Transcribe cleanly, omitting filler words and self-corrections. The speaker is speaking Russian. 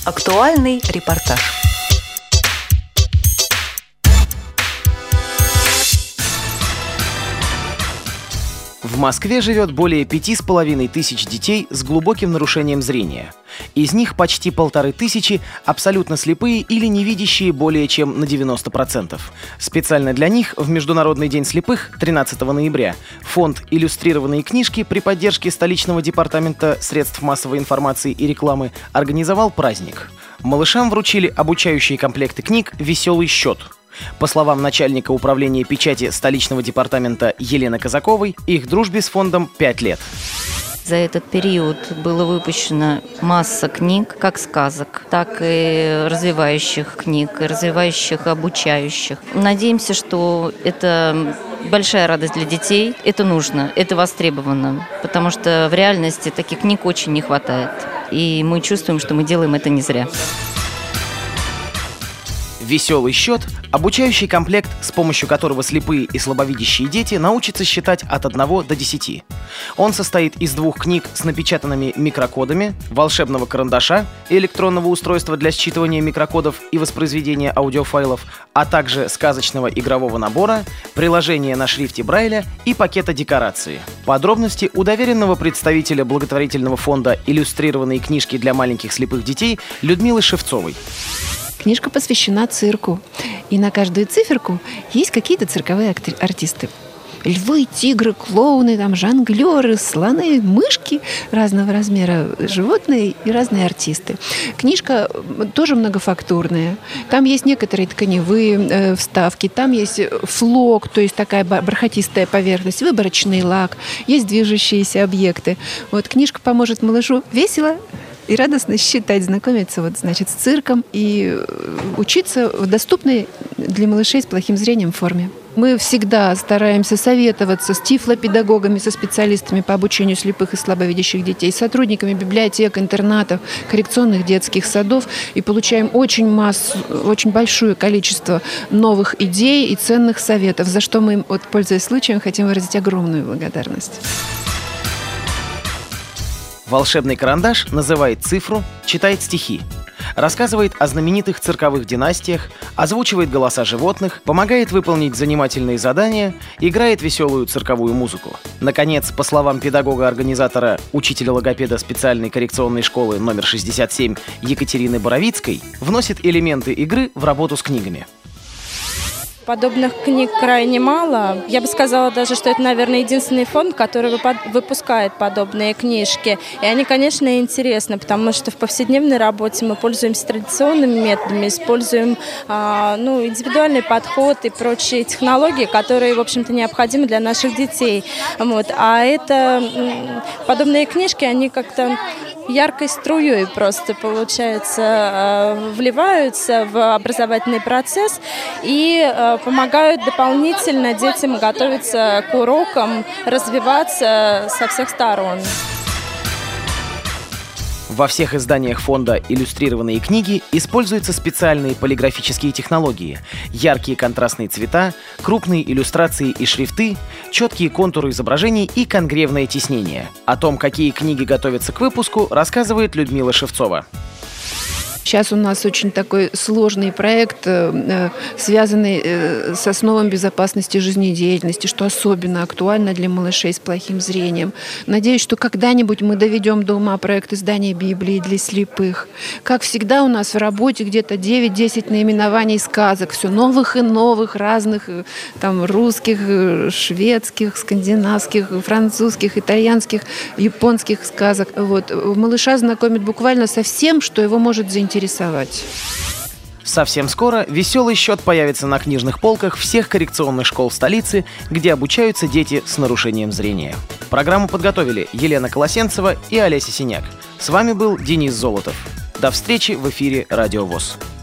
Актуальный репортаж. В Москве живет более 5500 детей с глубоким нарушением зрения. Из них почти 1500 абсолютно слепые или невидящие более чем на 90%. Специально для них в Международный день слепых 13 ноября фонд «Иллюстрированные книжки» при поддержке столичного департамента средств массовой информации и рекламы организовал праздник. Малышам вручили обучающие комплекты книг «Веселый счет». По словам начальника управления печати столичного департамента Елены Казаковой, их дружбе с фондом 5 лет. За этот период было выпущено масса книг, как сказок, так и развивающих книг, и развивающих, обучающих. Надеемся, что это большая радость для детей. Это нужно, это востребовано, потому что в реальности таких книг очень не хватает. И мы чувствуем, что мы делаем это не зря. «Веселый счет» – обучающий комплект, с помощью которого слепые и слабовидящие дети научатся считать от 1 до 10. Он состоит из 2 книг с напечатанными микрокодами, волшебного карандаша, электронного устройства для считывания микрокодов и воспроизведения аудиофайлов, а также сказочного игрового набора, приложения на шрифте Брайля и пакета декорации. Подробности у доверенного представителя благотворительного фонда «Иллюстрированные книжки для маленьких слепых детей» Людмилы Шевцовой. Книжка посвящена цирку. И на каждую циферку есть какие-то цирковые артисты. Львы, тигры, клоуны, жонглеры, слоны, мышки разного размера, животные и разные артисты. Книжка тоже многофактурная. Там есть некоторые тканевые вставки, там есть флок, то есть такая бархатистая поверхность, выборочный лак, есть движущиеся объекты. Книжка поможет малышу весело и радостно считать, знакомиться с цирком и учиться в доступной для малышей с плохим зрением форме. Мы всегда стараемся советоваться с тифлопедагогами, со специалистами по обучению слепых и слабовидящих детей, с сотрудниками библиотек, интернатов, коррекционных детских садов и получаем очень большое количество новых идей и ценных советов, за что мы им, пользуясь случаем, хотим выразить огромную благодарность. Волшебный карандаш называет цифру, читает стихи, рассказывает о знаменитых цирковых династиях, озвучивает голоса животных, помогает выполнить занимательные задания, играет веселую цирковую музыку. Наконец, по словам педагога-организатора, учителя-логопеда специальной коррекционной школы номер 67 Екатерины Боровицкой, вносит элементы игры в работу с книгами. Подобных книг крайне мало. Я бы сказала даже, что это, наверное, единственный фонд, который выпускает подобные книжки. И они, конечно, интересны, потому что в повседневной работе мы пользуемся традиционными методами, используем индивидуальный подход и прочие технологии, которые, в общем-то, необходимы для наших детей. А подобные книжки, они как-то яркой струей просто, получается, вливаются в образовательный процесс и помогают дополнительно детям готовиться к урокам, развиваться со всех сторон. Во всех изданиях фонда «Иллюстрированные книги» используются специальные полиграфические технологии, яркие контрастные цвета, крупные иллюстрации и шрифты, четкие контуры изображений и конгревное тиснение. О том, какие книги готовятся к выпуску, рассказывает Людмила Шевцова. Сейчас у нас очень такой сложный проект, связанный с основами безопасности жизнедеятельности, что особенно актуально для малышей с плохим зрением. Надеюсь, что когда-нибудь мы доведем до ума проект издания Библии для слепых. Как всегда у нас в работе где-то 9-10 наименований сказок, все новых и новых, разных, русских, шведских, скандинавских, французских, итальянских, японских сказок. Малыша знакомит буквально со всем, что его может заинтересовать. Совсем скоро «Веселый счет» появится на книжных полках всех коррекционных школ столицы, где обучаются дети с нарушением зрения. Программу подготовили Елена Колосенцева и Олеся Синяк. С вами был Денис Золотов. До встречи в эфире «Радио ВОС».